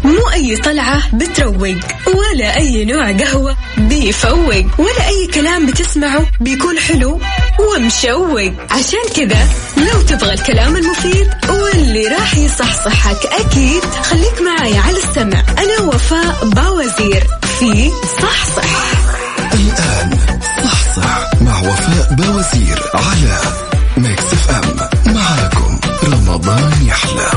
مو أي طلعة بتروق، ولا أي نوع قهوة بيفوق، ولا أي كلام بتسمعه بيكون حلو ومشوق. عشان كذا لو تبغى الكلام المفيد واللي راح يصحصحك أكيد خليك معايا على السمع. أنا وفاء باوزير في صحصح. الآن صحصح مع وفاء باوزير على ميكس اف ام. معاكم رمضان يحلى.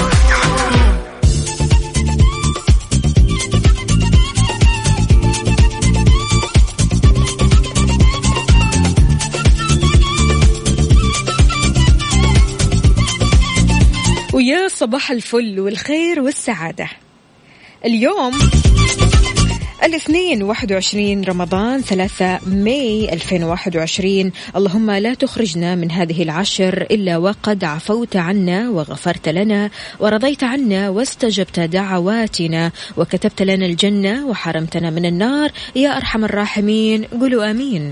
ويا صباح الفل والخير والسعادة. اليوم الاثنين 21 رمضان 3 ماي 2021. اللهم لا تخرجنا من هذه العشر إلا وقد عفوت عنا وغفرت لنا ورضيت عنا واستجبت دعواتنا وكتبت لنا الجنة وحرمتنا من النار يا أرحم الراحمين. قولوا آمين.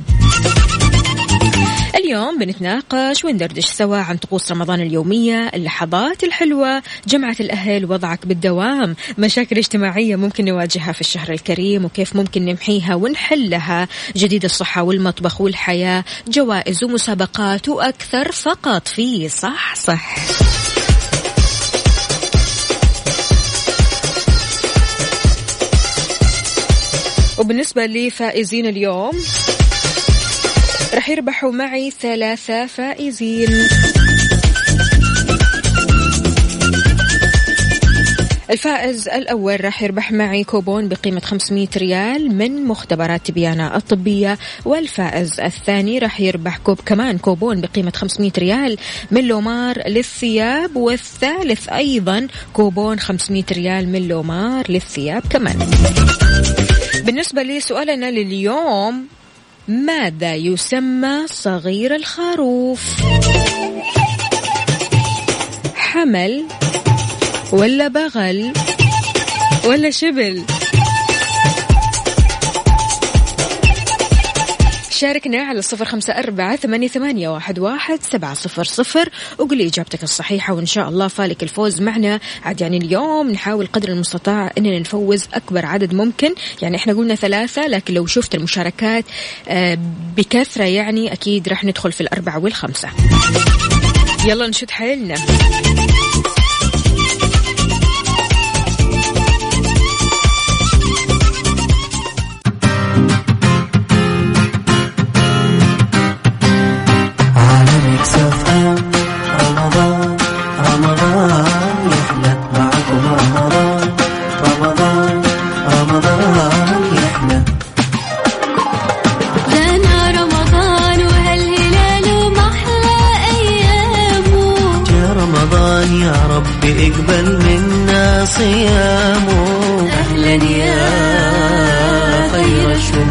اليوم بنتناقش وندردش سوا عن طقوس رمضان اليومية، اللحظات الحلوة، جمعة الأهل، وضعك بالدوام، مشاكل اجتماعية ممكن نواجهها في الشهر الكريم وكيف ممكن نمحيها ونحلها، جديد الصحة والمطبخ والحياة، جوائز ومسابقات وأكثر، فقط في صح. وبالنسبة لفائزين اليوم رح يربحوا معي 3 فائزين. الفائز الأول رح يربح معي كوبون بقيمة 500 ريال من مختبرات تبيانة الطبية، والفائز الثاني رح يربح كمان كوبون بقيمة 500 ريال من لومار للثياب، والثالث أيضا كوبون 500 ريال من لومار للثياب كمان. بالنسبة لسؤالنا لليوم، ماذا يسمى صغير الخروف؟ حمل ولا بغل ولا شبل؟ شاركنا على 0548811700 وقل لي إجابتك الصحيحة، وإن شاء الله فالك الفوز معنا. عاد يعني اليوم نحاول قدر المستطاع إننا نفوز أكبر عدد ممكن، يعني إحنا قلنا 3، لكن لو شفت المشاركات بكثرة يعني أكيد رح ندخل في 4 و5. يلا نشد حيلنا. اقبل منا صيامه، أهلا يا خير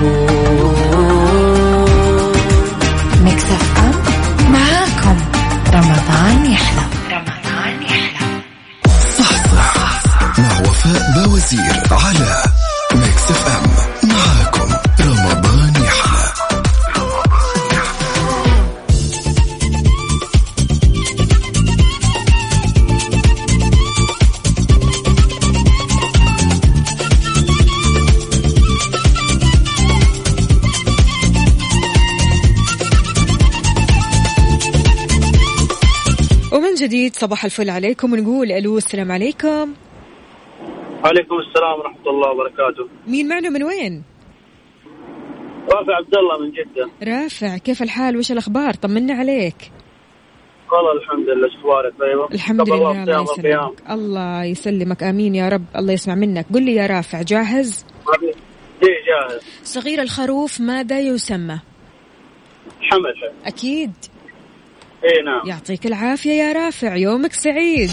الشهور. ميكس اف ام معاكم رمضان يحلى. صح مع وفاء باوزير على ميكس اف ام. معاكم رمضان يحلى. جديد صباح الفل عليكم، ونقول ألو السلام عليكم. وعليكم السلام ورحمة الله وبركاته. مين معنا من وين؟ رافع عبد الله من جدة. رافع، كيف الحال وش الأخبار؟ طمنا عليك. والله الحمد لله. شوارك طيبة؟ الحمد لله. الله يسلمك. الله يسلمك، آمين يا رب. الله يسمع منك. قل لي يا رافع، جاهز؟ جاهز. صغير الخروف ماذا يسمى؟ حمل. أكيد. ايه نعم. يعطيك العافية يا رافع، يومك سعيد.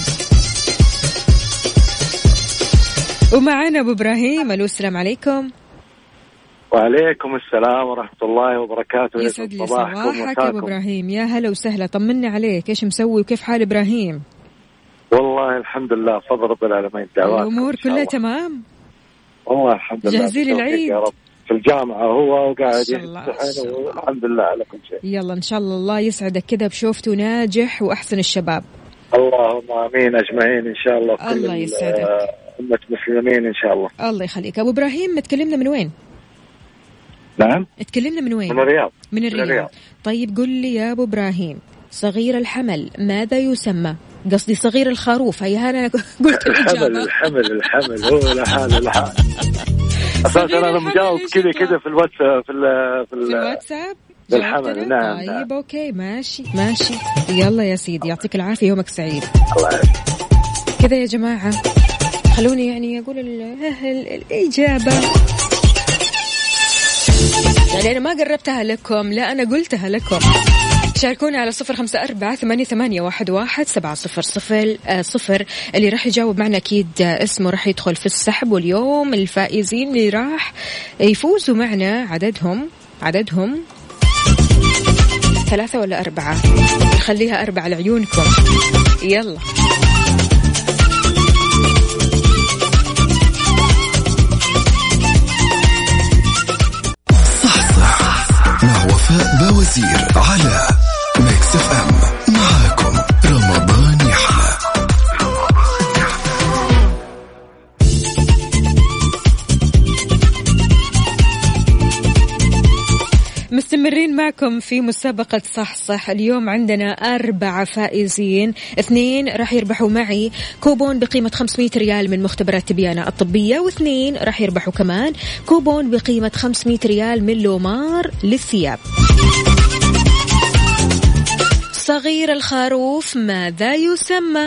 ومعنا أبو إبراهيم. ألو السلام عليكم. وعليكم السلام ورحمة الله وبركاته. يسعد لي صباحك يا أبو إبراهيم، يا هلا وسهلا. طمني عليك، إيش مسوي وكيف حال إبراهيم؟ والله الحمد لله، فضل رب العالمين، دعوات الأمور كلها تمام والله الحمد لله. جاهزين للعيد يا رب. في الجامعة هو وقاعد يمتحن والحمد لله على كل شيء. يلا إن شاء الله الله يسعدك كذا بشوفته ناجح وأحسن الشباب. اللهم آمين أجمعين إن شاء الله. الله يسعدك. أمة مسلمين إن شاء الله. الله يخليك. أبو إبراهيم تكلمنا من وين؟ نعم تكلمنا من وين؟ من الرياض. من الرياض. طيب قل لي يا أبو إبراهيم، صغير الحمل ماذا يسمى؟ قصدي صغير الخروف. هي أنا قلت الإجابة. الحمل هو لحال أساسا أنا مجاوب كذا في الواتساب في الواتساب بالحمل. نعم. طيب أوكي ماشي. يلا يا سيدي، يعطيك العافية، يومك سعيد. كذا يا جماعة، خلوني يعني أقول الإجابة. يعني أنا ما قربتها لكم، لا أنا قلتها لكم. شاركونا على 0548811700. اللي راح يجاوب معنا أكيد اسمه راح يدخل في السحب. واليوم الفائزين اللي راح يفوزوا معنا عددهم 3 ولا 4؟ نخليها 4 لعيونكم. يلا مع وفاء بوزير على ميكس اف ام. معاكم رمضان يحلى. مستمرين معكم في مسابقة صح. اليوم عندنا 4 فائزين. 2 راح يربحوا معي كوبون بقيمة 500 ريال من مختبرات تبيانة الطبية، و2 راح يربحوا كمان كوبون بقيمة 500 ريال من لومار للثياب. صغير الخروف ماذا يسمى؟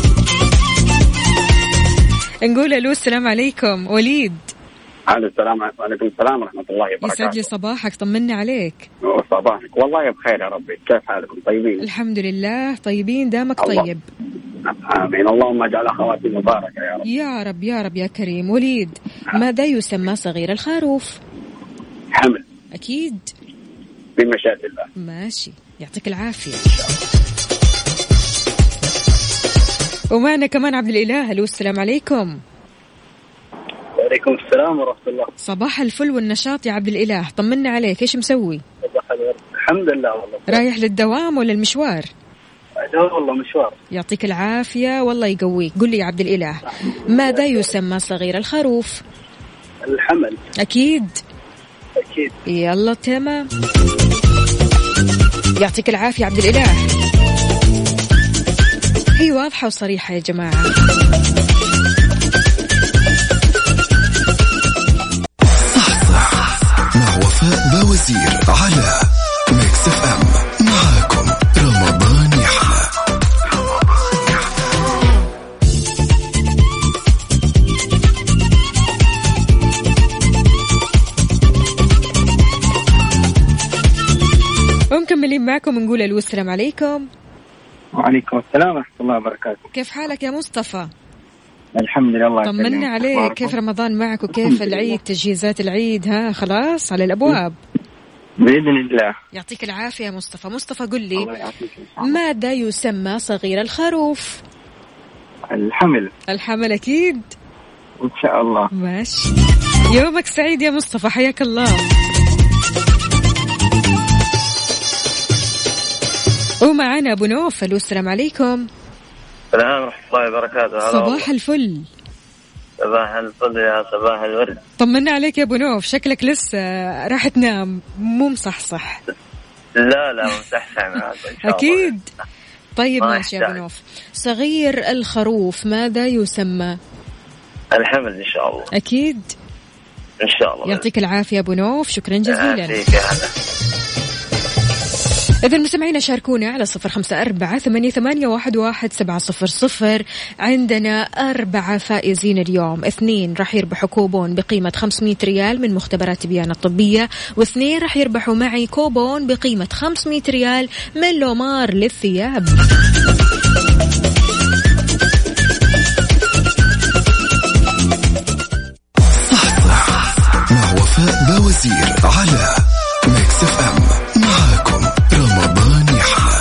نقول ألو. السلام عليكم وليد. السلام عليكم. السلام ورحمة الله وبركاته. يسعد لي صباحك، طمنا عليك. صباحك والله بخير يا ربي، كيف حالكم؟ طيبين؟ الحمد لله طيبين، دامك طيب. آمين، اللهم اجعل خواتي مباركة يا رب. يا رب يا رب يا كريم. وليد، ماذا يسمى صغير الخروف؟ حمل. أكيد بمشيئة الله. ماشي، يعطيك العافية. ومعنا كمان عبد الإله. ألو السلام عليكم. وعليكم السلام ورحمة الله. صباح الفل والنشاط يا عبد الإله، طمنا عليك، إيش مسوي؟ الحمد لله والله. رايح للدوام ولا المشوار؟ لا والله مشوار. يعطيك العافية والله يقويك. قل لي يا عبد الإله، ماذا يسمى صغير الخروف؟ الحمل. أكيد. يلا تمام، يعطيك العافية عبد الإله. هي واضحة وصريحة يا جماعة. مع وفاء بوزير على ميكس اف ام. معاكم رمضان يحلى. ومكملين معكم نقول ألو السلام عليكم. وعليكم السلام ورحمة الله وبركاته. كيف حالك يا مصطفى؟ الحمد لله. طمنا عليك، كيف رمضان معك وكيف العيد؟ تجهيزات العيد ها خلاص على الأبواب بإذن الله. يعطيك العافية يا مصطفى. مصطفى قل لي، ماذا يسمى صغير الخروف؟ الحمل أكيد إن شاء الله. ماشي، يومك سعيد يا مصطفى، حياك الله. ومعنا أبو نوف. ألو السلام عليكم. السلام ورحمة الله وبركاته. صباح الفل. صباح الفل يا صباح الورد. طمنا عليك يا أبو نوف، شكلك لسه راح تنام مو مصحصح. لا مصحصح معك أكيد. طيب ماشي يا أبو نوف، صغير الخروف ماذا يسمى؟ الحمل إن شاء الله. أكيد إن شاء الله. يعطيك العافية أبو نوف، شكرا جزيلا. إذا مستمعينا شاركونا على 0548811700. عندنا 4 فائزين اليوم. 2 راح يربحوا كوبون بقيمة 500 ريال من مختبرات تبيانة الطبية، و2 راح يربحوا معي كوبون بقيمة 500 ريال من لومار للثياب. مع وفاء بوزير على ميكس اف ام. معاكم رمضان يحلى.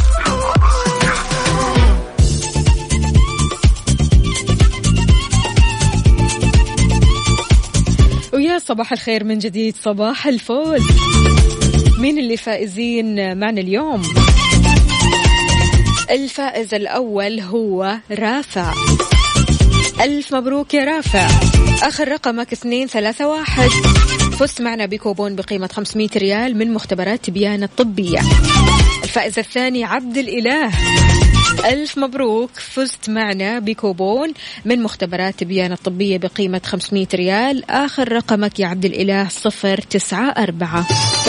ويا صباح الخير من جديد، صباح الفل. مين اللي فائزين معنا اليوم؟ الفائز الأول هو رافع. ألف مبروك يا رافع. آخر رقمك 231. فزت معنا بكوبون بقيمة 500 ريال من مختبرات تبيان الطبية. الفائز الثاني عبد الإله، ألف مبروك، فزت معنا بكوبون من مختبرات تبيان الطبية بقيمة 500 ريال. آخر رقمك يا عبد الإله 094.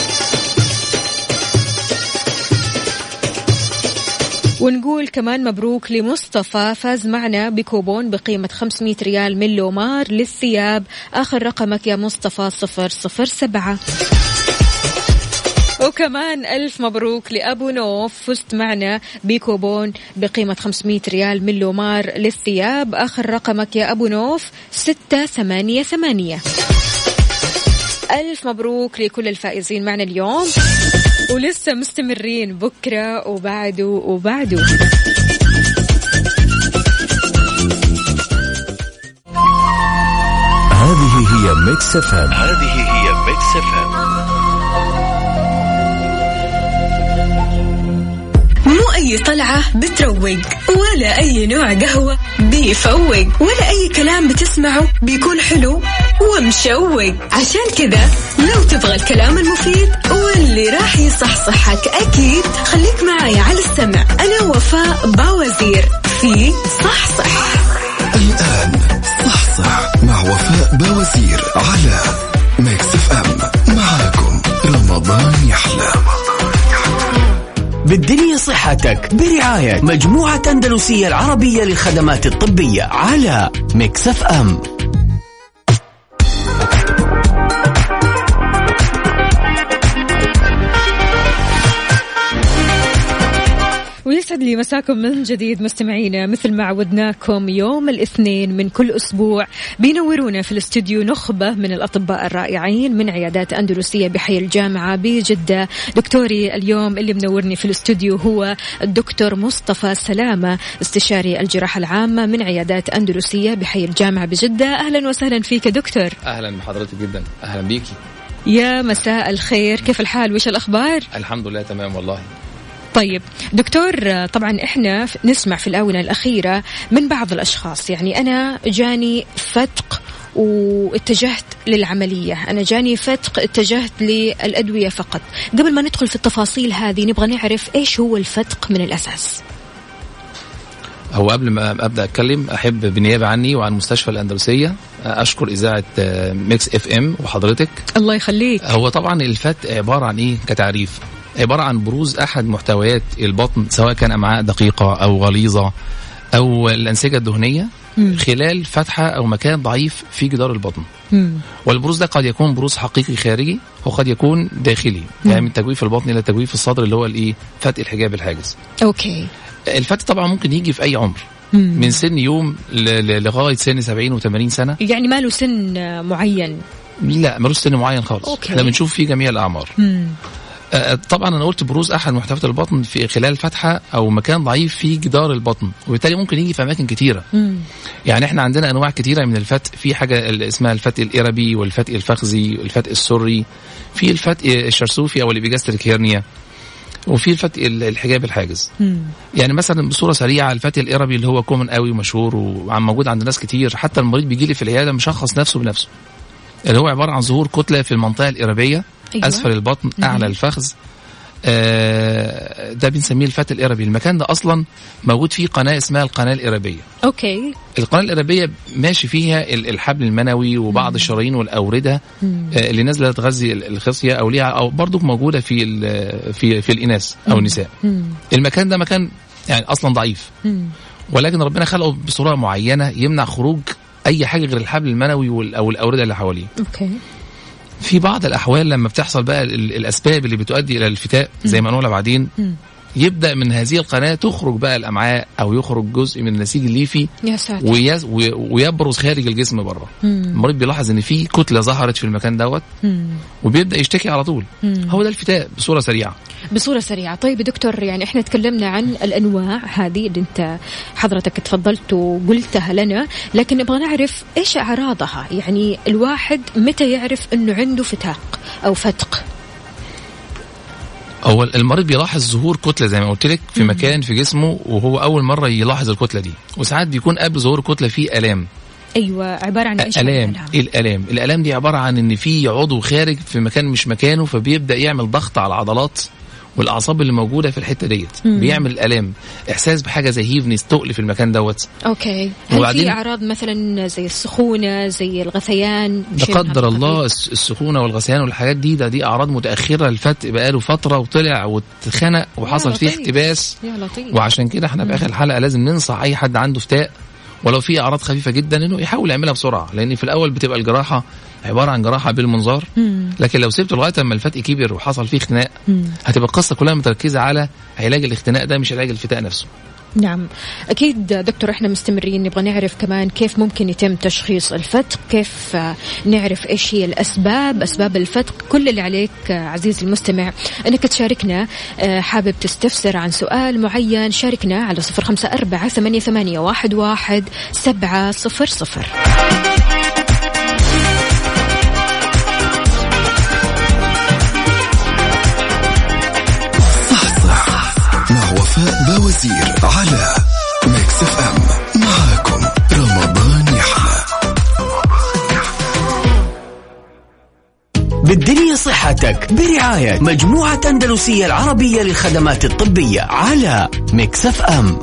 ونقول كمان مبروك لمصطفى، فاز معنا بكوبون بقيمة 500 ريال من لومار للثياب. آخر رقمك يا مصطفى 007. وكمان ألف مبروك لأبو نوف، فزت معنا بكوبون بقيمة 500 ريال من لومار للثياب. آخر رقمك يا أبو نوف 688. ألف مبروك لكل الفائزين معنا اليوم، ولسه مستمرين بكرة وبعده وبعده. هذه هي ميكس اف ام. مو أي طلعة بتروق، ولا أي نوع قهوة بيفوق، ولا أي كلام بتسمعه بيكون حلو ومشوق. عشان كذا لو تبغى الكلام المفيد واللي راح يصحصحك أكيد خليك معي على السمع. أنا وفاء باوزير في صحصح. الآن صحصح مع وفاء باوزير على ميكس اف ام. معاكم رمضان يحلى. بالدنيا صحتك برعاية مجموعة أندلسية العربية للخدمات الطبية على ميكس اف ام. ويسعد لي مساكم من جديد مستمعينا. مثل ما عودناكم يوم الاثنين من كل أسبوع بينورونا في الاستوديو نخبة من الأطباء الرائعين من عيادات أندلسية بحي الجامعة بجدة. دكتوري اليوم اللي منورني في الاستوديو هو الدكتور مصطفى سلامة، استشاري الجراحة العامة من عيادات أندلسية بحي الجامعة بجدة. أهلا وسهلا فيك دكتور. أهلا بحضرتك جدا، أهلا بيكي. يا مساء الخير، كيف الحال وش الأخبار؟ الحمد لله تمام والله. طيب دكتور، طبعا احنا نسمع في الآونة الأخيرة من بعض الأشخاص، يعني أنا جاني فتق واتجهت للعملية، أنا جاني فتق اتجهت للأدوية فقط. قبل ما ندخل في التفاصيل هذه نبغى نعرف إيش هو الفتق من الأساس. هو قبل ما أبدأ أتكلم أحب بالنيابة عني وعن مستشفى الأندلسية أشكر إذاعة ميكس اف ام وحضرتك. الله يخليك. هو طبعا الفتق عبارة عن إيه كتعريف؟ عبارة عن بروز أحد محتويات البطن، سواء كان أمعاء دقيقة أو غليظة أو الأنسجة الدهنية خلال فتحة أو مكان ضعيف في جدار البطن. والبروز ده قد يكون بروز حقيقي خارجي وقد يكون داخلي، يعني من تجويف البطن إلى تجويف الصدر اللي هو الإيه فتق الحجاب الحاجز. أوكي. الفتق طبعا ممكن يجي في أي عمر، من سن يوم لغاية سن 70 و80 سنة. يعني ما له سن معين؟ لا ملوش سن معين خالص. احنا بنشوف فيه جميع الأعمار. طبعا أنا قلت بروز أحد محتويات البطن في خلال فتحة أو مكان ضعيف في جدار البطن، وبالتالي ممكن يجي في أماكن كتيرة. يعني إحنا عندنا أنواع كتيرة من الفتق، في حاجة اسمها الفتق الإربي والفتق الفخذي والفتق السري، في الفتق الشرسوفي أو الإبيجاستريك هيرنيا، وفي الفتق الحجاب الحاجز. يعني مثلا بصورة سريعة الفتق الإربي اللي هو كومن قوي ومشهور وموجود عند ناس كتير، حتى المريض بيجي لي في العيادة مشخص نفسه بنفسه، اللي هو عبارة عن ظهور كتلة في المنطقة الإربية. أيوة. أسفل البطن أعلى الفخذ، ده بنسميه الفتق الإربي. المكان ده أصلا موجود فيه قناة اسمها القناة الإربية. أوكي. القناة الإربية ماشي فيها الحبل المنوي وبعض الشرايين والأوردة اللي نازلة تغذي الخصية أو ليها، أو برضو موجودة في الإناث أو النساء. المكان ده مكان يعني أصلا ضعيف، ولكن ربنا خلقه بصورة معينة يمنع خروج أي حاجة غير الحبل المنوي أو الأوردة اللي حواليه. أوكي. في بعض الأحوال لما بتحصل بقى الأسباب اللي بتؤدي إلى الفتاء زي ما نقولها بعدين، يبدأ من هذه القناة تخرج بقى الأمعاء أو يخرج جزء من النسيج الليفي ويبرز خارج الجسم بره. المريض بيلاحظ إن في كتلة ظهرت في المكان دوت وبيبدأ يشتكي على طول. هو ده الفتاء بصورة سريعة. بصورة سريعة. طيب دكتور، يعني احنا تكلمنا عن الأنواع هذه اللي انت حضرتك تفضلت وقلتها لنا، لكن نبغى نعرف ايش أعراضها. يعني الواحد متى يعرف انه عنده فتاق أو فتق؟ هو المريض بيلاحظ ظهور كتله زي ما قلت لك في مكان في جسمه وهو اول مره يلاحظ الكتله دي، وساعات بيكون قبل ظهور الكتله في الام. ايوه، عباره عن ايش؟ الالام دي عباره عن ان في عضو خارج في مكان مش مكانه، فبيبدا يعمل ضغط على العضلات والاعصاب اللي موجوده في الحته ديت، بيعمل الالام، احساس بحاجه زي هيفنس، تقل في المكان دوت. اوكي. هل في اعراض مثلا زي السخونه، زي الغثيان؟ لا قدر الله السخونه والغثيان والحاجات دي اعراض متاخره، الفتق بقاله فتره وطلع واتخنق وحصل فيه احتباس. وعشان كده احنا في اخر الحلقه لازم ننصح اي حد عنده فتاق ولو في اعراض خفيفه جدا انه يحاول يعملها بسرعه، لان في الاول بتبقى الجراحه عباره عن جراحه بالمنظار، لكن لو سبته لغايه اما الفتق كبر وحصل فيه اختناق هتبقى القصه كلها متركزه على علاج الاختناق ده مش علاج الفتاق نفسه. نعم أكيد دكتور، إحنا مستمرين نبغى نعرف كمان كيف ممكن يتم تشخيص الفتق، كيف نعرف إيش هي أسباب الفتق. كل اللي عليك عزيزي المستمع أنك تشاركنا، حابب تستفسر عن سؤال معين شاركنا على 0548811700. بوزير على ميكس اف ام. معاكم رمضان يحلى. بالدنيا صحتك برعاية مجموعة أندلسية العربية للخدمات الطبية على ميكس اف ام.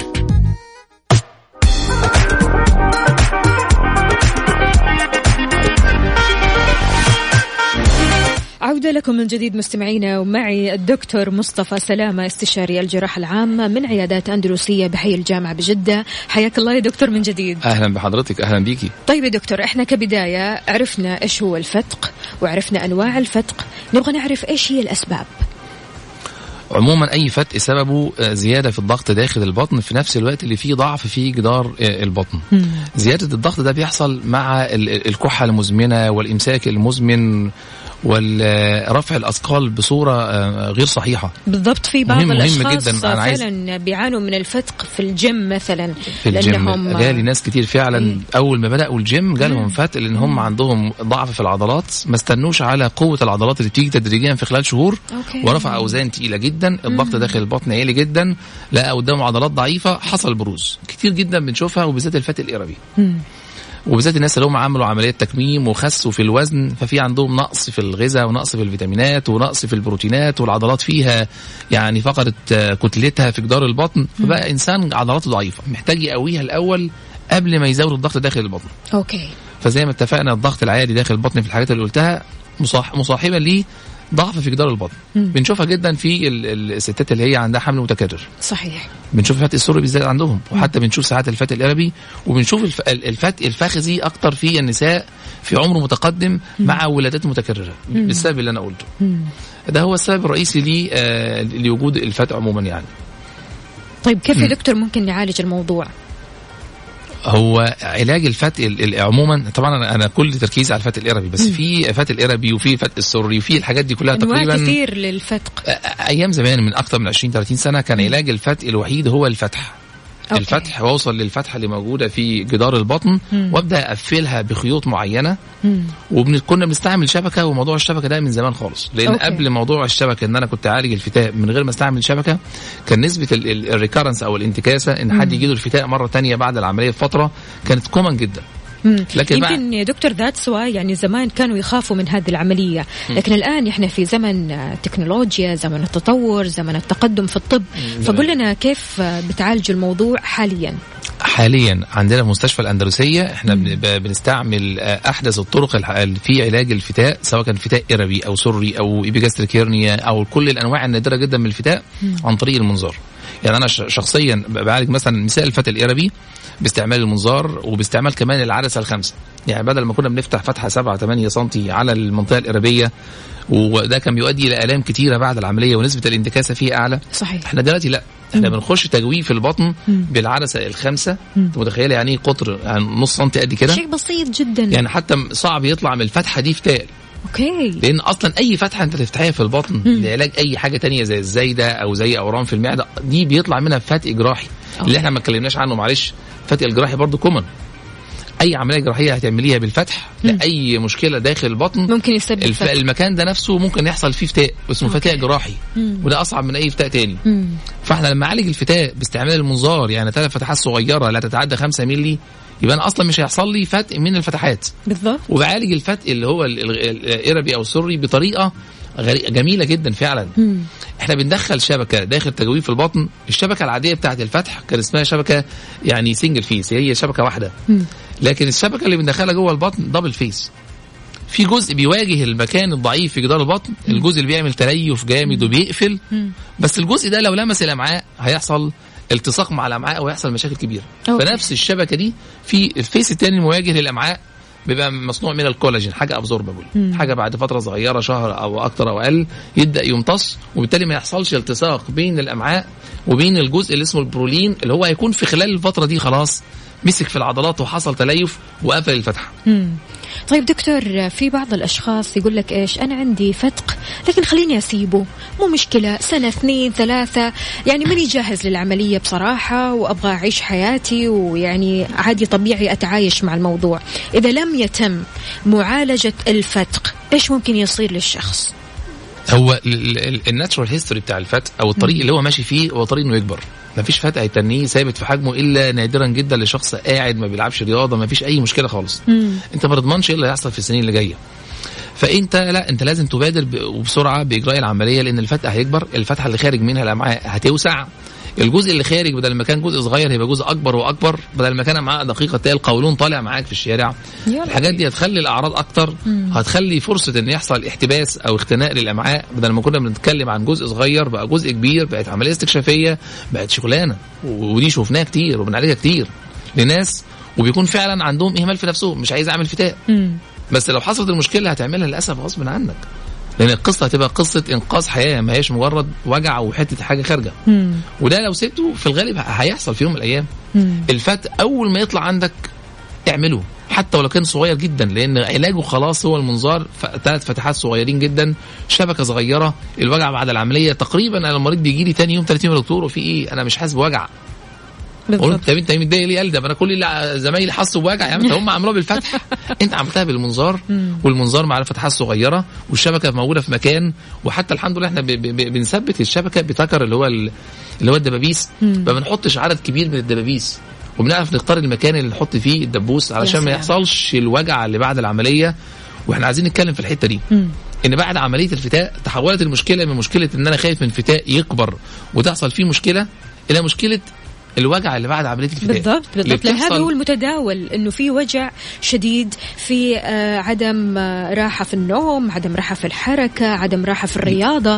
عودة لكم من جديد مستمعينا، ومعي الدكتور مصطفى سلامة، استشاري الجراحة العامة من عيادات أندلسية بحي الجامعة بجدة. حياك الله يا دكتور من جديد. أهلا بحضرتك. أهلا بيكي. طيب يا دكتور، احنا كبداية عرفنا إيش هو الفتق وعرفنا أنواع الفتق، نبغى نعرف إيش هي الأسباب. عموما أي فتق سببه زيادة في الضغط داخل البطن في نفس الوقت اللي فيه ضعف في جدار البطن. زيادة الضغط ده بيحصل مع الكحة المزمنة والإمساك المزمن والرفع الأثقال بصورة غير صحيحة. بالضبط، في بعض الأشخاص فعلا بيعانوا من الفتق في الجيم مثلا. في الجيم جالي ناس كتير فعلا أول ما بدأوا الجيم جالهم فتق لأن هم عندهم ضعف في العضلات، ما استنوش على قوة العضلات اللي بتيجي تدريجيا في خلال شهور، ورفع أوزان تقيلة جدا، الضغط داخل البطن عالي جدا، لقى قدامه عضلات ضعيفة، حصل بروز كتير جدا بنشوفها، وبالذات الفتق الإربي. وبالذات الناس اللي هم عملوا عمليات تكميم وخسوا في الوزن، ففي عندهم نقص في الغذاء ونقص في الفيتامينات ونقص في البروتينات، والعضلات فيها يعني فقدت كتلتها في جدار البطن، فبقى إنسان عضلاته ضعيفة محتاج يقويها الأول قبل ما يزود الضغط داخل البطن. أوكي. فزي ما اتفقنا الضغط العادي داخل البطن في الحاجات اللي قلتها مصاحبا ليه ضعف في جدار البطن. بنشوفها جدا في الستات اللي هي عندها حمل متكرر. صحيح. بنشوف الفتق السري بالذات عندهم، وحتى بنشوف ساعات الفتق الإربي، وبنشوف الفتق الفخذي اكتر في النساء في عمر متقدم مع ولادات متكرره، بالسبب اللي انا قلته. ده هو السبب الرئيسي لوجود الفتق عموما يعني. طيب كيف يا دكتور ممكن نعالج الموضوع؟ هو علاج الفتق عموما طبعا انا كل تركيزي على الفتق الإربي، بس في فتق الإربي وفي فتق السري وفي الحاجات دي كلها تقريبا كثير للفتق. ايام زمان من اكثر من 20-30 سنه كان علاج الفتق الوحيد هو الفتح. الفتح، واوصل للفتحه اللي موجوده في جدار البطن وابدا اقفلها بخيوط معينه، وكنا بنستعمل شبكه، وموضوع الشبكه ده من زمان خالص، لان قبل موضوع الشبكه ان انا كنت اعالج الفتاء من غير ما استعمل شبكه، كان نسبه الريكارنس او الانتكاسه ان حد يجيله الفتاء مره تانية بعد العمليه بفتره كانت كومن جدا. لكن يمكن يا دكتور ذاتس واي يعني زمان كانوا يخافوا من هذه العملية، لكن الآن احنا في زمن تكنولوجيا، زمن التطور، زمن التقدم في الطب، فقل لنا كيف بتعالجوا الموضوع حاليا؟ حاليا عندنا في مستشفى الأندلسية احنا بنستعمل أحدث الطرق في علاج الفتاء، سواء كان فتاء إربي أو سري أو إبيجاستريك هيرنيا أو كل الأنواع النادرة جدا من الفتاء عن طريق المنظار. يعني أنا شخصيا بعالج مثلا نساء الفتاء الإربي باستعمال المنظار، وباستعمال كمان العدسة الخمسة. يعني بدل ما كنا بنفتح فتحة 7-8 سنتي على المنطقة الإربية، وده كان بيؤدي إلى آلام كتيرة بعد العملية ونسبة الانتكاسة فيه أعلى. صحيح. احنا دلوقتي لا، احنا بنخش تجويف البطن بالعدسة الخمسة. انت متخيلة يعني قطر يعني نص سنتي قد كده، شيء بسيط جدا، يعني حتى صعب يطلع من الفتحة دي فتاء. اوكي. لان اصلا اي فتحه انت تفتحيها في البطن لعلاج اي حاجه تانية زي الزايده او زي اورام في المعده، دي بيطلع منها فتق جراحي اللي احنا ما اتكلمناش عنه، معلش. فتق الجراحي برضو كومن. اي عمليه جراحيه هتعمليها بالفتح لاي مشكله داخل البطن ممكن يسبب المكان ده نفسه ممكن يحصل فيه فتاء اسمه فتاء جراحي، وده اصعب من اي فتاء تاني. فاحنا لما نعالج الفتاء باستعمال المنظار، يعني 3 فتحات صغيره لا تتعدى 5 مللي، يبقى انا اصلا مش هيحصل لي فتق من الفتحات بالظبط. وبعالج الفتق اللي هو الإربي او السري بطريقه جميله جدا فعلا. احنا بندخل شبكه داخل تجويف البطن. الشبكه العاديه بتاعه الفتح كان اسمها شبكه يعني سنجل فيس، هي شبكه واحده. لكن الشبكه اللي بندخلها جوه البطن دبل فيس. في جزء بيواجه المكان الضعيف في جدار البطن، الجزء اللي بيعمل تليف جامد وبيقفل، بس الجزء ده لو لمس الامعاء هيحصل التصاق مع الامعاء ويحصل مشاكل كبيره. فنفس الشبكه دي في الفيس الثاني المواجه للامعاء بيبقى مصنوع من الكولاجين، حاجه ابزوربابل، حاجه بعد فتره صغيره شهر او اكتر او اقل يبدا يمتص، وبالتالي ما يحصلش التصاق بين الامعاء وبين الجزء اللي اسمه البرولين، اللي هو هيكون في خلال الفتره دي خلاص مسك في العضلات وحصل تليف وقفل الفتحه. طيب دكتور، في بعض الأشخاص يقول لك إيش، أنا عندي فتق لكن خليني أسيبه، مو مشكلة، 1 2 3 يعني ماني جاهز للعملية بصراحة وأبغى أعيش حياتي ويعني عادي طبيعي أتعايش مع الموضوع. إذا لم يتم معالجة الفتق إيش ممكن يصير للشخص؟ هو الناتشورال هيستوري بتاع الفتق او الطريق اللي هو ماشي فيه هو طريق انه يكبر. ما فيش فتق هيتنيه ثابت في حجمه الا نادرا جدا لشخص قاعد ما بيلعبش رياضه، ما فيش اي مشكله خالص. انت ما تضمنش ايه اللي هيحصل في السنين اللي جايه. فانت لا، انت لازم تبادر وبسرعه باجراء العمليه، لان الفتق هيكبر، الفتحه اللي خارج منها الامعاء هتوسع، الجزء اللي خارج بدل ما كان جزء صغير هيبقى جزء اكبر واكبر، بدل ما كان امعاء دقيقه تلاقي القولون طالع معاك في الشارع. الحاجات دي هتخلي الاعراض اكتر، هتخلي فرصه ان يحصل احتباس او اختناق للامعاء. بدل ما كنا بنتكلم عن جزء صغير بقى جزء كبير، بقت عمليه استكشافيه، بقت شغلانه، ودي شوفناها كتير وبنعالجها كتير لناس وبيكون فعلا عندهم اهمال في نفسهم، مش عايز اعمل فتاء. بس لو حصلت المشكله هتعملها للاسف غصب عنك، لأن القصة هتبقى قصة إنقاذ حياة، ما هيش مجرد وجع وحتة حاجة خارجة. وده لو سبته في الغالب هيحصل في يوم من الأيام. الفتق أول ما يطلع عندك اعمله، حتى ولو كان صغير جدا، لأن علاجه خلاص هو المنظار 3 فتحات صغيرين جدا، شبكة صغيرة. الوجع بعد العملية تقريبا أنا المريض بيجي لي تاني يوم 30 دكتور وفي إيه، أنا مش حاسس بوجع. قلت طب انت متضايق ليه؟ قال ده انا كل اللي زمايلي حسوا بوجع. يا عم هم عملوها بالفتح، انت عملتها بالمنظار، والمنظار مع الفتحات الصغيره والشبكه موجوده في مكان. وحتى الحمد لله احنا بنثبت الشبكه بتكر اللي هو الدبابيس، ما بنحطش عدد كبير من الدبابيس، وبنعرف نختار المكان اللي نحط فيه الدبوس علشان ما يحصلش الوجع اللي بعد العمليه. واحنا عايزين نتكلم في الحته دي، ان بعد عمليه الفتاء تحولت المشكله من مشكله ان انا خايف من فتاء يكبر وتحصل فيه مشكله الى مشكله الوجع اللي بعد عمليه الفتاء. بالضبط. هذا هو المتداول، انه في وجع شديد، في عدم راحه في النوم، عدم راحه في الحركه، عدم راحه في الرياضه.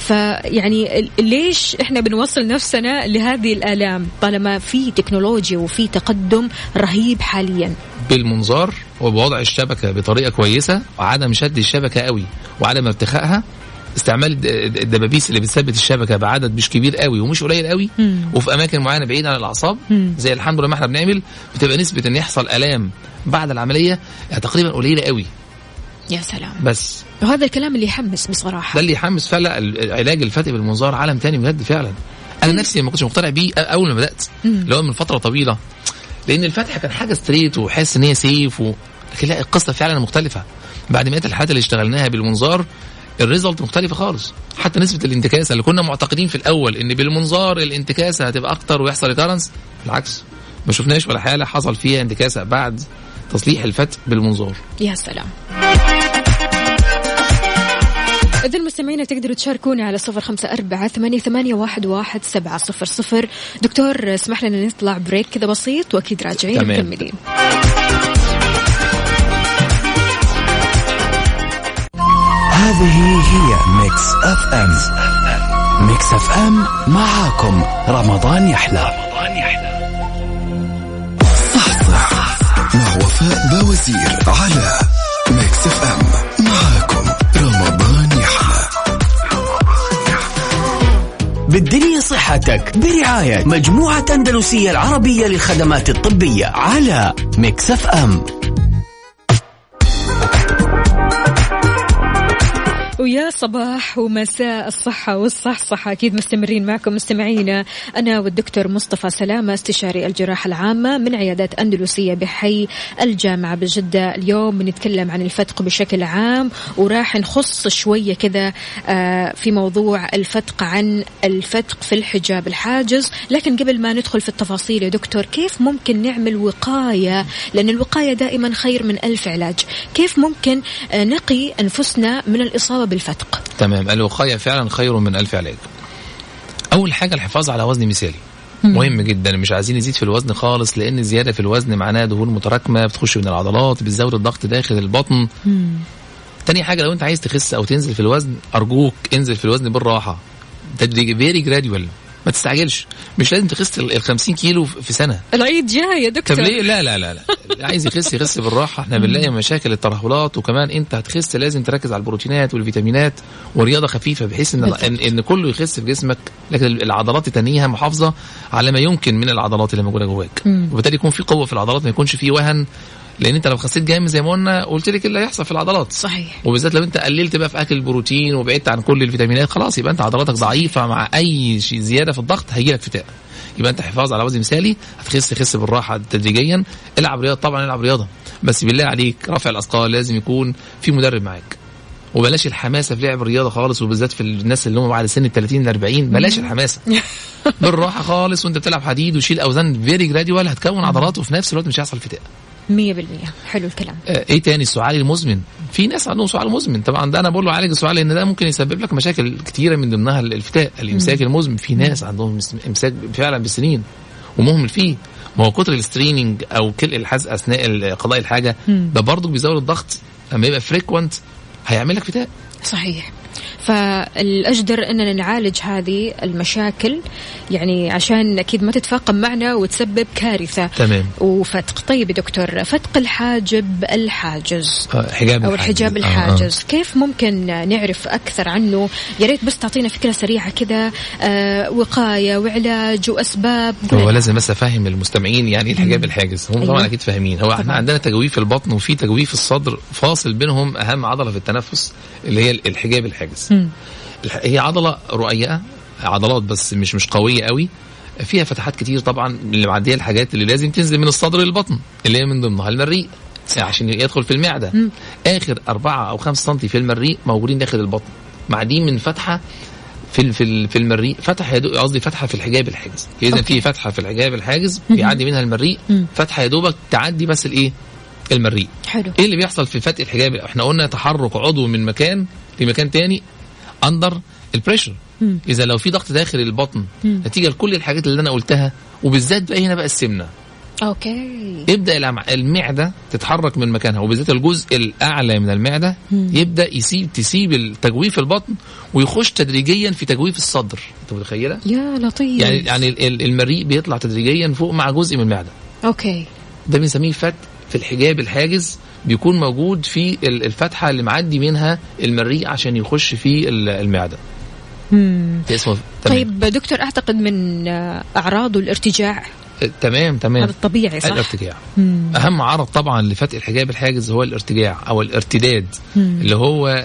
فيعني ليش احنا بنوصل نفسنا لهذه الآلام طالما في تكنولوجيا وفي تقدم رهيب حاليا؟ بالمنظار وبوضع الشبكه بطريقه كويسه، وعدم شد الشبكه قوي وعدم ارتخائها، استعمال الدبابيس اللي بتثبت الشبكه بعدد مش كبير قوي ومش قليل قوي، وفي اماكن معينه بعيد عن الاعصاب، زي الحمد لله ما احنا بنعمل، بتبقى نسبه ان يحصل الام بعد العمليه يعني تقريبا قليله قوي. يا سلام. بس وهذا الكلام اللي يحمس بصراحه، ده اللي يحمس فعلا. علاج الفتق بالمنظار عالم تاني بجد فعلا. انا نفسي ما كنتش مقتنع بيه اول ما بدات، اللي هو من فتره طويله، لان الفتح كان حاجه ستريت وحاسس ان هي سيف لكن لا، القصه فعلا مختلفه. بعد مئات الحالات اللي اشتغلناها بالمنظار الريزلت مختلفة خالص. حتى نسبة الانتكاسة اللي كنا معتقدين في الأول إن بالمنظار الانتكاسة هتبقى أكتر ويحصل ريتارنس، بالعكس ما شفناش ولا حالة حصل فيها انتكاسة بعد تصليح الفتق بالمنظار. يا سلام. إذا المستمعين تقدروا تشاركونا على 0548811700. دكتور اسمح لنا نطلع بريك كذا بسيط وأكيد راجعين مكملين. هذه هي ميكس اف ام. ميكس اف ام معاكم رمضان يحلى. صح مع وفاء باوزير على ميكس اف ام. معاكم رمضان يحلى. بالدنيا صحتك برعاية مجموعة أندلسية العربية للخدمات الطبية على ميكس اف ام. ويا صباح ومساء الصحة والصحصحة. أكيد مستمرين معكم مستمعينا، أنا والدكتور مصطفى سلامة استشاري الجراحة العامة من عيادات أندلسية بحي الجامعة بجدة. اليوم بنتكلم عن الفتق بشكل عام، وراح نخص شوية كذا في موضوع الفتق عن الفتق في الحجاب الحاجز. لكن قبل ما ندخل في التفاصيل يا دكتور، كيف ممكن نعمل وقاية؟ لأن الوقاية دائما خير من 1000 علاج. كيف ممكن نقي أنفسنا من الإصابة بالفتق؟ تمام، الوقاية فعلا خير من 1000 علاج. أول حاجة الحفاظ على وزن مثالي، مهم جدا. مش عايزين نزيد في الوزن خالص، لأن الزيادة في الوزن معناها دهون متراكمة بتخش من العضلات، بتزود الضغط داخل البطن. تاني حاجة، لو أنت عايز تخس أو تنزل في الوزن، أرجوك انزل في الوزن بالراحة، تدريجي، فيري جراديوال، ما تستعجلش. مش لازم تخس 50 كيلو في سنة. العيد جاي يا دكتور. طب ليه؟ لا لا لا, لا. عايز يخس بالراحة. احنا بنلاقي مشاكل الترهلات، وكمان انت هتخس لازم تركز على البروتينات والفيتامينات ورياضة خفيفة، بحيث ان كله يخس في جسمك، لكن العضلات تنيها محافظة على ما يمكن من العضلات اللي موجودة جواك، وبالتالي يكون في قوة في العضلات، ما يكونش في وهن. لان انت لو خسيت جامد زي ما قلنا، قلت لك اللي هيحصل في العضلات. صحيح. وبالذات لو انت قللت بقى في اكل البروتين وبعدت عن كل الفيتامينات، خلاص يبقى انت عضلاتك ضعيفه. مع اي شيء زياده في الضغط هيجي لك فتاء. يبقى انت حفاظ على وزن مثالي، هتخس بالراحه تدريجيا. العب رياضه، طبعا العب رياضه، بس بالله عليك رفع الاثقال لازم يكون في مدرب معاك. وبلاش الحماسه في لعب الرياضه خالص، وبالذات في الناس اللي هم بعد سن ال 30 ل 40. بلاش الحماسه، بالراحه خالص. وانت بتلعب حديد وشيل اوزان فيري جراديوال، هتكون عضلات وفي نفس الوقت مش هيحصل فتاء. 100%. حلو الكلام. ايه تاني؟ السعال المزمن. في ناس عندهم سعال مزمن، طبعا ده انا بقول له عالج السعال، لان ده ممكن يسبب لك مشاكل كتيره، من ضمنها الفتاء. الامساك المزمن، في ناس عندهم امساك فعلا بالسنين ومهمل فيه. ما هو كتر الستريننج او كل الحزق اثناء قضاء الحاجه، ده برضو بيزود الضغط. لما يبقى فريكوينت هيعمل لك فتاء. صحيح. فالأجدر أننا نعالج هذه المشاكل، يعني عشان أكيد ما تتفاقم معنا وتسبب كارثة. تمام. وفتق. طيب يا دكتور، فتق الحاجب الحاجز أو الحجاب الحاجز، كيف ممكن نعرف أكثر عنه؟ يا ريت بس تعطينا فكرة سريعة كده، وقاية وعلاج وأسباب. هو لازم بس أفهم المستمعين يعني الحجاب الحاجز. هم طبعا أكيد فاهمين. هو احنا عندنا تجويف في البطن وفي تجويف في الصدر، فاصل بينهم أهم عضلة في التنفس اللي هي الحجاب الحاجز. هي عضلة رقيقة، عضلات بس مش قوية قوي، فيها فتحات كتير طبعا، اللي معدية الحاجات اللي لازم تنزل من الصدر للبطن، اللي هي من ضمنها المريء عشان يدخل في المعدة. آخر 4 أو 5 سنتي في المريء موجودين داخل البطن، معدين من فتحة في المريء، قصدي فتحة في الحجاب الحاجز. إذا في فتحة في الحجاب الحاجز بيعدي منها المريء، فتحة يا دوبك تعدي بس المريء. حلو. ايه اللي بيحصل في فتح الحجاب؟ احنا قلنا تحرك عضو من مكان لمكان تاني اندر البريشر. اذا لو في ضغط داخل البطن نتيجه لكل الحاجات اللي انا قلتها، وبالذات بقى هنا بقى السمنه، اوكي، يبدا المعده تتحرك من مكانها، وبالذات الجزء الاعلى من المعده يبدا تسيب التجويف البطن ويخش تدريجيا في تجويف الصدر. انت متخيله؟ يا لطيف. يعني المريء بيطلع تدريجيا فوق مع جزء من المعده. اوكي، ده بنسميه فتح في الحجاب الحاجز، بيكون موجود في الفتحة اللي معدي منها المريء عشان يخش في المعدة. اسمه. طيب دكتور، أعتقد من أعراضه الارتجاع. تمام. هذا الطبيعي صح؟ الارتجاع. أهم عرض طبعا لفتح الحجاب الحاجز هو الارتجاع أو الارتداد، اللي هو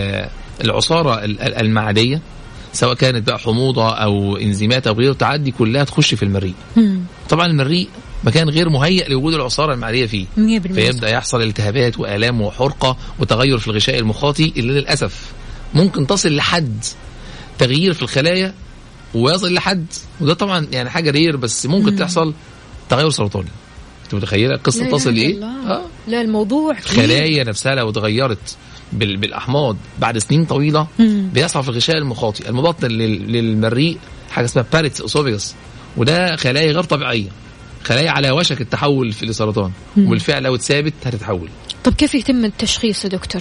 العصارة المعدية، سواء كانت بقى حموضة أو إنزيمات أو غيره، تعدي كلها تخش في المريء. طبعا المريء مكان غير مهيئ لوجود العصارة المعدية فيه، فيبدأ يحصل التهابات وآلام وحرقة وتغير في الغشاء المخاطي، اللي للأسف ممكن تصل لحد تغيير في الخلايا، ويصل لحد، وده طبعا يعني حاجة رير، بس ممكن تحصل تغير سرطاني. انت متخيلة القصة تصل لإيه؟ لا الموضوع الخلايا نفسها لو تغيرت بالأحماض بعد سنين طويلة، بيحصل في الغشاء المخاطي المبطن للمريء حاجة اسمها باريتس أوسوفيغس، وده خلايا غير طبيعية، خلايا على وشك التحول في السرطان، وبالفعل لو اتثابت هتتحول. طب كيف يتم التشخيص يا دكتور؟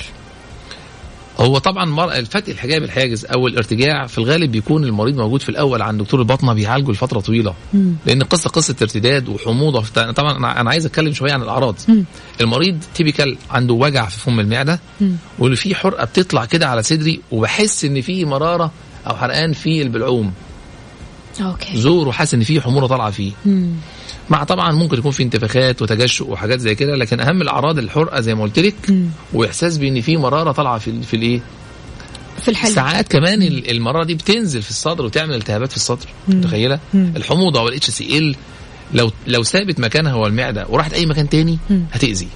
هو طبعا فتح الحجاب الحاجز او الارتجاع في الغالب بيكون المريض موجود في الاول عند دكتور الباطنه بيعالجه لفتره طويله، لان قصه ارتداد وحموضه. طبعا انا عايز اتكلم شويه عن الاعراض. المريض تيبيكال عنده وجع في فم المعده، واللي فيه حرقه بتطلع كده على صدري، وبحس ان فيه مراره او حرقان في البلعوم، اوكي، زور، وحاسس ان فيه حموضه طالعه فيه، مع طبعا ممكن يكون في انتفاخات وتجشؤ وحاجات زي كده، لكن اهم الاعراض الحرقه زي ما قلت لك، واحساس بان في مراره طالعه في الايه، في الحلق. ساعات كمان المرارة دي بتنزل في الصدر وتعمل التهابات في الصدر. متخيلة؟ الحموضة او HCl لو ثابت مكانها هو المعدة وراحت اي مكان تاني هتأذي.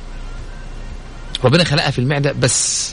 ربنا خلقها في المعدة بس.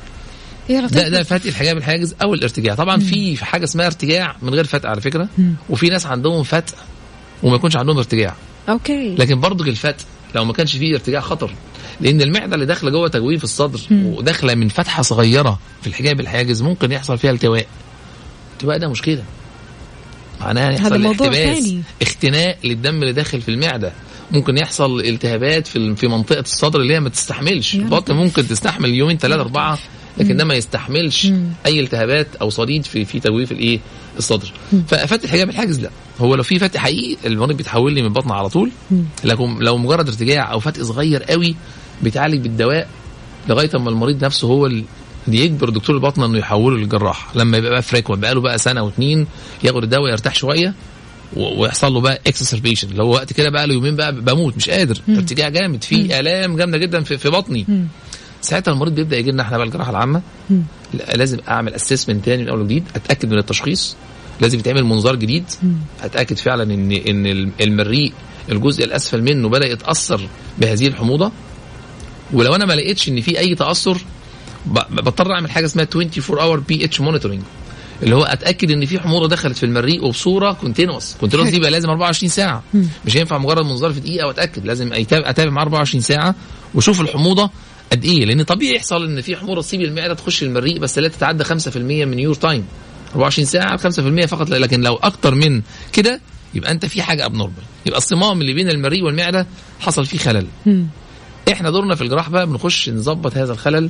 ده فتق الحجاب الحاجز او الارتجاع. طبعا في حاجة اسمها ارتجاع من غير فتق على فكرة، وفي ناس عندهم فتق وما يكونش عندهم ارتجاع. اوكي. لكن برضو الفتق لو ما كانش فيه ارتجاع خطر، لان المعدة اللي داخله جوه تجويف الصدر وداخله من فتحة صغيرة في الحجاب الحاجز ممكن يحصل فيها التواء. التواء ده مشكلة، معناها يحصل احتباس، اختناق للدم اللي داخل في المعدة. ممكن يحصل التهابات في منطقة الصدر اللي هي ما تستحملش. البطن ممكن تستحمل يومين 3 4، لكن ده ما يستحملش اي التهابات او صديد في تجويف الصدر. ففتح الحجاب الحاجز لا، هو لو في فتح حقيقي المريض بيتحول لي من بطنه على طول. لكن لو مجرد ارتجاع او فتح صغير قوي بيتعالج بالدواء لغايه اما المريض نفسه هو اللي يجبر دكتور البطنه انه يحوله للجراح. لما يبقى فريكوينت بقى له بقى سنه و2 ياخد الدواء يرتاح شويه ويحصل له بقى اكسسربيشن، اللي هو وقت كده بقى له يومين بقى بموت مش قادر، ارتجاع جامد، في الام جامده جدا في بطني. ساعتها المريض بيبدا يجي لنا احنا بقى الجراحه العامه. لازم اعمل اسسمنت تاني من اول وجديد، اتاكد من التشخيص، لازم يتعمل منظار جديد، اتاكد فعلا ان المريء الجزء الاسفل منه بدا يتاثر بهذه الحموضه. ولو انا ما لقيتش ان في اي تاثر بضطر اعمل حاجه اسمها 24 اور pH مونيتورنج، اللي هو اتاكد ان في حموضه دخلت في المريء وبصوره كونتينوس دي بقى لازم 24 ساعه. مش هينفع مجرد منظار في دقيقه واتاكد، لازم اتابع مع 24 ساعه واشوف الحموضه قد ايه، لان طبيعي يحصل ان في حموضه تصيب المعده تخش المريء بس لا تتعدى 5% من يور تايم. 24 ساعه 5% فقط، لكن لو اكتر من كده يبقى انت في حاجه ابنورمال، يبقى الصمام اللي بين المريء والمعده حصل فيه خلل. احنا دورنا في الجراحه بقى بنخش نظبط هذا الخلل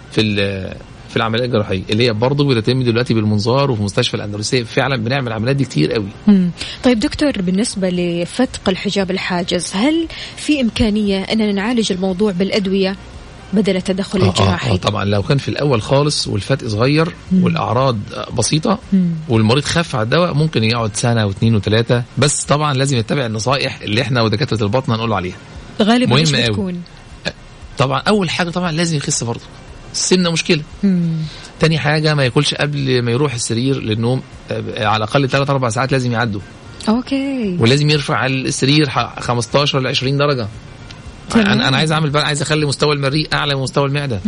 في العمليات الجراحيه اللي هي برضه بتتم دلوقتي بالمنظار، وفي مستشفى الاندلسيه فعلا بنعمل العمليات دي كتير قوي. طيب دكتور، بالنسبه لفتق الحجاب الحاجز هل في امكانيه اننا نعالج الموضوع بالادويه بدل التدخل الجراحي؟ طبعا لو كان في الاول خالص والفتق صغير والاعراض بسيطه والمريض خف على الدواء ممكن يقعد سنه و2 و3، بس طبعا لازم يتبع النصائح اللي احنا ودكاتره البطنه نقول عليها. غالبا مش بتكون طبعا اول حاجه طبعا لازم يخس برضه، السمنه مشكله. تاني حاجه ما ياكلش قبل ما يروح السرير للنوم على الاقل 3-4 ساعات لازم يعدوا. اوكي. ولازم يرفع السرير 15 ل 20 درجه. انا عايز اخلي مستوى المريء اعلى من مستوى المعده.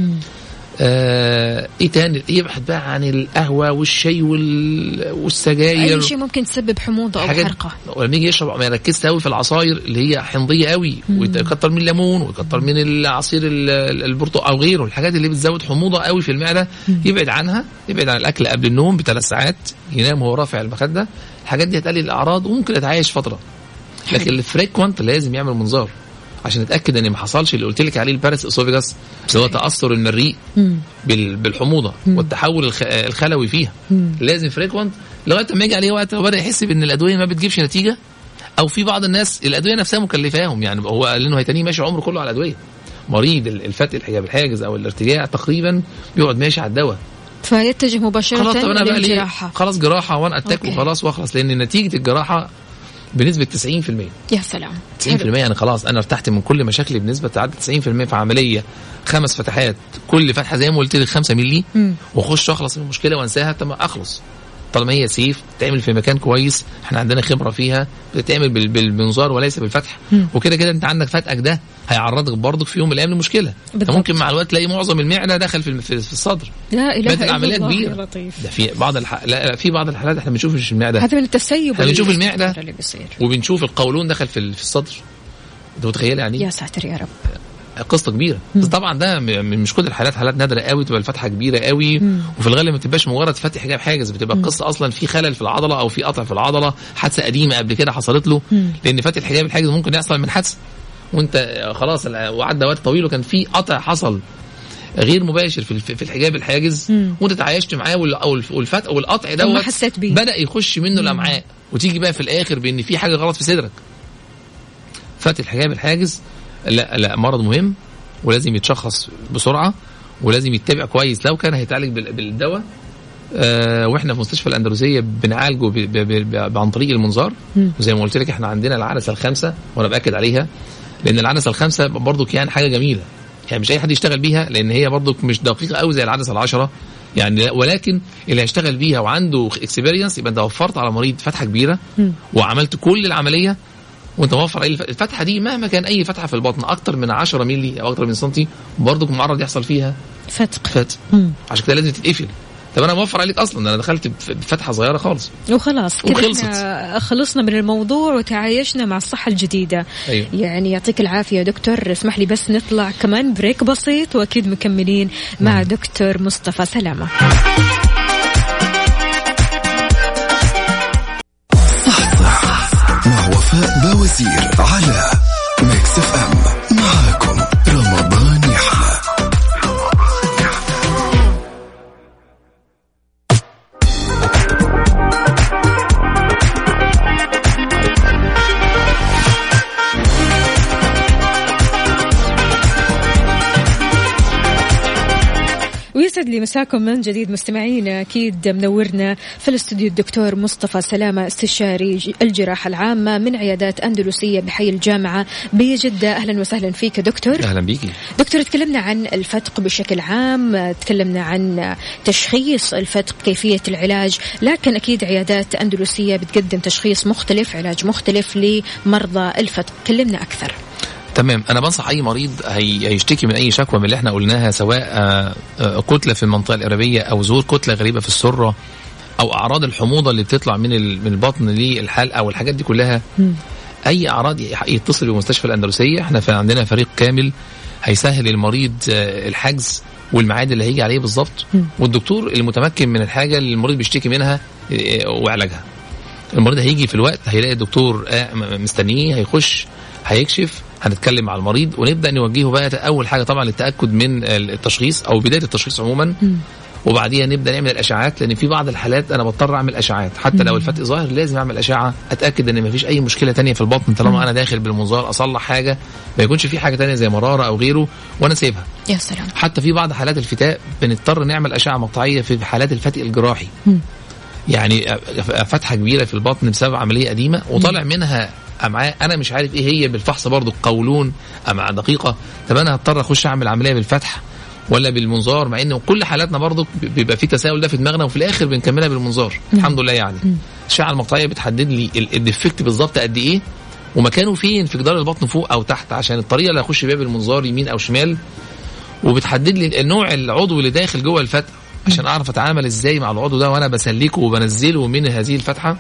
ايه تاني؟ يبحث بقى عن القهوه والشاي والسجاير، اي شيء ممكن تسبب حموضه او حرقه. ولما يجي يشرب ما يركزش قوي في العصاير اللي هي حمضيه قوي، ويكتر من الليمون ويكتر من العصير البرتقال او غيره، الحاجات اللي بتزود حموضه قوي في المعده يبعد عنها، يبعد عن الاكل قبل النوم ب3 ساعات، ينام وهو رافع المخده. الحاجات دي هتقلل الاعراض وممكن يتعايش فتره. لكن الفريكوينت لازم يعمل منظار عشان نتاكد ان ما حصلش اللي قلت لك عليه البارس اسوفيجاس، اللي هو تاثر المريء بالحموضه والتحول الخلوي فيها. لازم فريكوينت لغايه ما يجي عليه وقت وبدا يحس ان الادويه ما بتجيبش نتيجه، او في بعض الناس الادويه نفسها مكلفاهم، يعني هو قال انه هيتنيه ماشي عمره كله على الادويه. مريض الفتق الحجاب الحاجز او الارتجاع تقريبا بيقعد ماشي على الدواء، فيتجه مباشره للجراحه. خلاص جراحه وانا اتاك وخلاص واخلص، لان نتيجه الجراحه بنسبة 90%. يا سلام، 90%. يعني خلاص أنا ارتحت من كل مشاكلي بنسبة تعدي 90% في عملية 5 فتحات، كل فتحة زي ما قلت لك 5 مللي، وأخش أخلص من المشكلة وأنساها. تمام، أخلص طالما هي سيف، تعمل في مكان كويس، احنا عندنا خبرة فيها، بتتعمل بالمنظار وليس بالفتح. وكده كده انت عندك فتقك ده هيعرضك برضك في يوم من الايام لمشكله. ممكن مع الوقت تلاقي معظم المعده دخل في الصدر. لا اله الا العمليه كبيره. ده في بعض في بعض الحالات احنا بنشوف مش المعده، هذا من التسيب، احنا بنشوف المعده وبنشوف القولون دخل في الصدر. انت متخيل يعني؟ يا ساتر يا رب، قصه كبيره. بس طبعا ده مش كل الحالات، حالات نادره قوي تبقى الفتحه كبيره قوي، وفي الغالب ما تبقاش مجرد فتح حجاب حاجز، بتبقى القصه اصلا في خلل في العضله او في قطع في العضله، حادثه قديمه قبل كده حصلت له. لان فتح الحجاب الحاجز ممكن يحصل من حادثه وانت خلاص وعدى وقت طويل وكان في قطع حصل غير مباشر في الحجاب الحاجز، وانت تعايشت معاه، والفتح والقطع دوت بدا يخش منه الامعاء، وتيجي بقى في الاخر بان في حاجه غلط في صدرك. فتح الحجاب الحاجز لا مرض مهم، ولازم يتشخص بسرعه، ولازم يتبع كويس لو كان هيتعالج بالدواء. واحنا في مستشفى الاندلسيه بنعالجه عن طريق المنظار. وزي ما قلت لك احنا عندنا العنسه ال5، وانا باكد عليها لان العنسه ال5 برضو كان حاجه جميله، يعني مش اي حد يشتغل بيها، لان هي برضو مش دقيقه قوي زي العنسه ال10. يعني، ولكن اللي هيشتغل بيها وعنده اكسبيرينس يبقى انت وفرت على مريض فتحه كبيره وعملت كل العمليه وانت موفر الفتحه دي. مهما كان اي فتحه في البطن اكتر من 10 مللي او اكتر من سنتي برضك معرض يحصل فيها فتق. عشان كده لازم تتقفل. طب انا موفر عليك اصلا، انا دخلت بفتحه صغيره خالص وخلاص كده خلصنا من الموضوع وتعايشنا مع الصحه الجديده. أيوه. يعني يعطيك العافيه يا دكتور. اسمح لي بس نطلع كمان بريك بسيط واكيد مكملين مع دكتور مصطفى سلامه. صح مع وفاء باوزير على ميكس اف ام. معاكم رمضان يحلى. ويسعد لي مساكم من جديد مستمعينا. أكيد منورنا في الاستوديو الدكتور مصطفى سلامة، استشاري الجراحة العامة من عيادات أندلسية بحي الجامعة بجدة. أهلا وسهلا فيك دكتور. أهلا بيكي دكتور. تكلمنا عن الفتق بشكل عام، تكلمنا عن تشخيص الفتق، كيفية العلاج، لكن أكيد عيادات أندلسية بتقدم تشخيص مختلف، علاج مختلف لمرضى الفتق. كلمنا أكثر. تمام. انا بنصح اي مريض هيشتكي من اي شكوى من اللي احنا قلناها، سواء كتله في المنطقه القربيه او ظهور كتله غريبه في السره او اعراض الحموضه اللي بتطلع من البطن للحلق او الحاجات دي كلها. اي اعراض يتصل بمستشفى الاندلسيه. احنا عندنا فريق كامل هيسهل المريض الحجز والميعاد اللي هيجي عليه بالظبط، والدكتور المتمكن من الحاجه اللي المريض بيشتكي منها وعلاجها. المريض هيجي في الوقت، هيلاقي الدكتور مستنيه، هيخش هيكشف، هنتكلم مع المريض ونبدأ نوجهه بقى أول حاجة طبعا للتأكد من التشخيص أو بداية التشخيص عموما، وبعديها نبدأ نعمل الأشعات، لأن في بعض الحالات أنا بضطر أعمل أشعات حتى لو الفتق ظاهر، لازم أعمل أشعة أتأكد أن مفيش أي مشكلة تانية في البطن طالما أنا داخل بالمنظار أصلح حاجة، ما يكونش في حاجة تانية زي مرارة أو غيره وأنا سيبها. يا سلام. حتى في بعض حالات الفتاء بنضطر نعمل أشعة مقطعية في حالات الفتق الجراحي، يعني فتحة كبيرة في البطن بسبب عملية قديمة وطالع منها أمعاء، أنا مش عارف إيه هي بالفحص برضو، قولون أمعاء دقيقة. طب أنا هضطر أخش أعمل عملية بالفتح ولا بالمنظار، مع إنه كل حالاتنا برضو بيبقى في تساؤل ده في دماغنا، وفي الآخر بنكملها بالمنظار. الحمد لله. يعني الأشعة المقطعية بتحدد لي الديفكت بالظبط قد إيه ومكانه فين في جدار البطن، فوق أو تحت، عشان الطريقة اللي هخش بيها بالمنظار يمين أو شمال، وبتحدد لي النوع العضو اللي داخل جوه الفتح عشان أعرف أتعامل إزاي مع العضو ده وأنا بسلكه وبنزله من هذه الفتحة.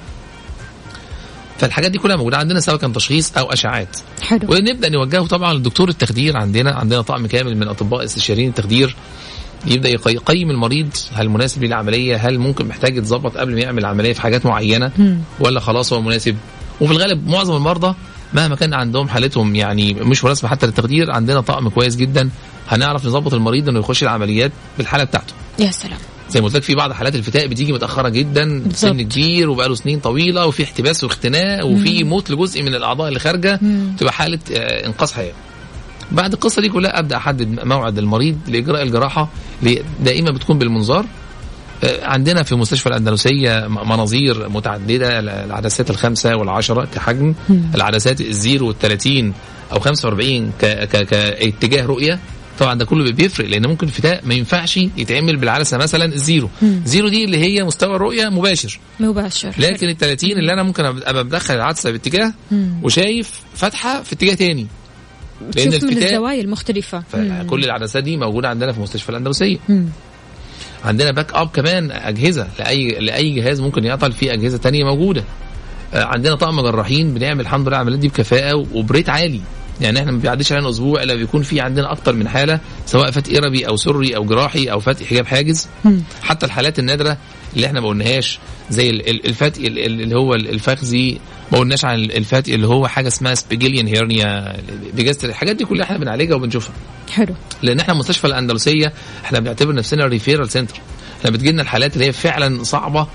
فالحاجات دي كلها موجودة عندنا سواء كان تشخيص أو أشعات. حلو. ونبدأ نوجهه طبعا للدكتور التخدير. عندنا طاقم كامل من أطباء استشاريين التخدير يبدأ يقيم المريض هل مناسب للعملية، هل ممكن محتاج يتظبط قبل ما يعمل العملية في حاجات معينة ولا خلاص هو مناسب. وفي الغالب معظم المرضى مهما كان عندهم حالتهم يعني مش مناسبة حتى للتخدير، عندنا طاقم كويس جدا هنعرف نظبط المريض انه يخش العمليات بالحالة بتاعته. يا سلام. زي ما قلت لك في بعض حالات الفتاء بتيجي متأخرة جدا، سن كبير وبقاله سنين طويلة وفي احتباس واختناق وفي موت لجزء من الأعضاء اللي خارجة، تبقى حالة انقاذ حياة. بعد القصة دي كلها أبدأ أحدد موعد المريض لإجراء الجراحة، دائما بتكون بالمنظار. عندنا في مستشفى الأندلسية مناظير متعددة، العدسات 5 و10 كحجم، العدسات 0 و30 أو 45 كاتجاه رؤية. طبعا ده كله بيفرق، لان ممكن الفتاء ما ينفعش يتعمل بالعدسه مثلا الزيرو. زيرو دي اللي هي مستوى الرؤيه مباشر، لكن ال30 اللي انا ممكن ابقى بدخل العدسه باتجاه وشايف فتحه في اتجاه تاني، لان الفتاء من الزوايا المختلفه. كل العدسات دي موجوده عندنا في مستشفى الأندلسية. عندنا باك اب كمان اجهزه لاي جهاز ممكن يعطل، في اجهزه تانية موجوده. عندنا طاقم جراحين بنعمل الحمد لله العمليات دي بكفاءه وبريت عالي، يعني احنا ما بيعديش علينا اسبوع الا بيكون في عندنا اكتر من حاله، سواء فتح قربي او سري او جراحي او فتح حجاب حاجز. حتى الحالات النادره اللي احنا ما قلناهاش زي الفتح اللي هو الفخذي، ما قلناش عن الفتح اللي هو حاجه اسمها سبيجيليان هيرنيا بجسر. الحاجات دي كلها احنا بنعالجها وبنشوفها. حلو. لان احنا مستشفى الأندلسية احنا بنعتبر نفسنا ريفيرال سنتر، احنا بتجيلنا الحالات اللي هي فعلا صعبه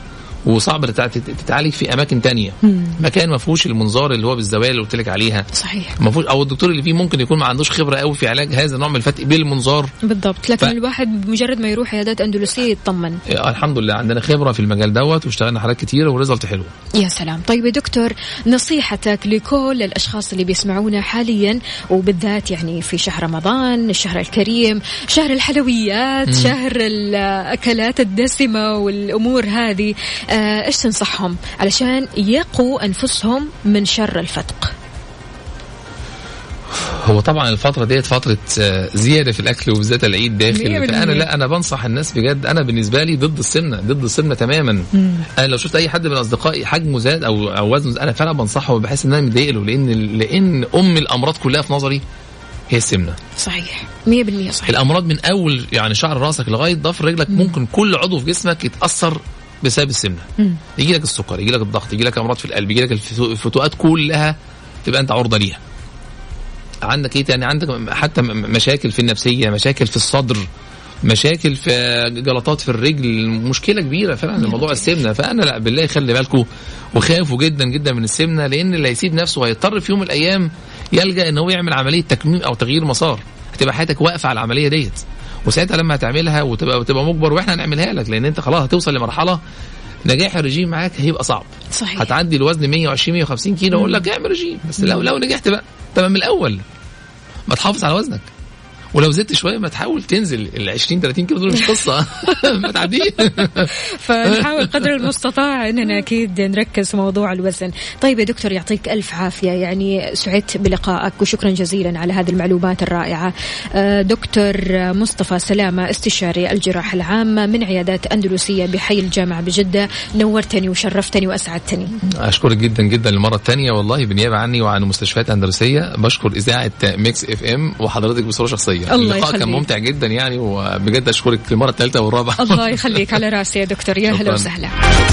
وصعب تتعالج في اماكن تانية. مكان ما فيهوش المنظار اللي هو بالزوايا اللي قلت لك عليها، صحيح، ما فيهوش، او الدكتور اللي فيه ممكن يكون ما عندوش خبره قوي في علاج هذا النوع من الفتق بالمنظار بالضبط. لكن الواحد بمجرد ما يروح عيادات اندلسيه يطمن. الحمد لله عندنا خبره في المجال دوت واشتغلنا حالات كتيره وريزلت حلو. يا سلام. طيب يا دكتور، نصيحتك لكل الاشخاص اللي بيسمعونا حاليا وبالذات يعني في شهر رمضان، الشهر الكريم، شهر الحلويات، شهر الاكلات الدسمه والامور هذه، ايش تنصحهم علشان يقوا انفسهم من شر الفتق؟ هو طبعا الفترة ديت فترة زيادة في الأكل وبالذات العيد داخل، فأنا أنا بنصح الناس بجد. أنا بالنسبة لي ضد السمنة تماما. أنا لو شفت أي حد من أصدقائي حجمه زاد أو وزنه زاد، أنا فعلا بنصحه وبحس إن أنا متضايق له، لأن أم الأمراض كلها في نظري هي السمنة. صحيح 100% صحيح. الأمراض من أول يعني شعر راسك لغاية ضفر رجلك، ممكن كل عضو في جسمك يتأثر بسبب السمنة. يجي لك السكر، يجي لك الضغط، يجي لك أمراض في القلب، يجي لك الفتوقات كلها تبقى أنت عرضة ليها. عندك ايه تاني؟ عندك حتى مشاكل في النفسيه، مشاكل في الصدر، مشاكل في جلطات في الرجل، مشكله كبيره فعلا الموضوع السمنه. فانا لا بالله خلي بالكم وخافوا جدا جدا من السمنه، لان اللي هيسيب نفسه هيضطر في يوم من الايام يلجا ان هو يعمل عمليه تكميم او تغيير مسار، هتبقى حياتك واقفه على العمليه ديت. وساعتها لما هتعملها وتبقى مجبر واحنا هنعملها لك، لان انت خلاص هتوصل لمرحله نجاح الرجيم معاك هيبقى صعب. صحيح. هتعدي الوزن 120 150 كيلو، اقول لك اعمل رجيم، بس لو نجحت بقى تمام من الاول ما تحافظ على وزنك، ولو زدت شويه ما تحاول تنزل ال 20 30 كيلو دول، مش قصه ما تعديه. فنحاول قدر المستطاع اننا اكيد نركز في موضوع الوزن. طيب يا دكتور، يعطيك الف عافيه، يعني سعدت بلقائك وشكرا جزيلا على هذه المعلومات الرائعه. دكتور مصطفى سلامه، استشاري الجراحه العامه من عيادات اندلسيه بحي الجامعه بجده، نورتني وشرفتني واسعدتني. اشكرك جدا جدا للمره الثانيه والله، بالنيابه عني وعن مستشفيات اندلسيه. بشكر اذاعه ميكس اف ام وحضرتك بصوره شخصيه. اللقاء كان ممتع جدا يعني، وبجد أشكرك المرة الثالثة والرابعة. الله يخليك، على راسي يا دكتور، يا هلا وسهلا.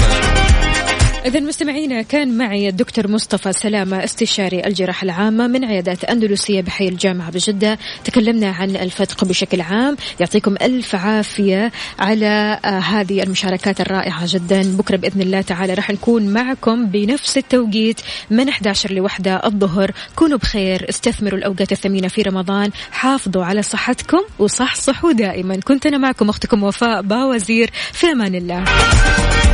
إذن مستمعينا، كان معي الدكتور مصطفى سلامة، استشاري الجراحة العامة من عيادات أندلسية بحي الجامعة بجدة. تكلمنا عن الفتق بشكل عام. يعطيكم ألف عافية على هذه المشاركات الرائعة جدا. بكرة بإذن الله تعالى راح نكون معكم بنفس التوقيت من 11 ل1 الظهر. كونوا بخير، استثمروا الأوقات الثمينة في رمضان، حافظوا على صحتكم وصحصحوا دائما. كنت أنا معكم أختكم وفاء باوزير، في أمان الله.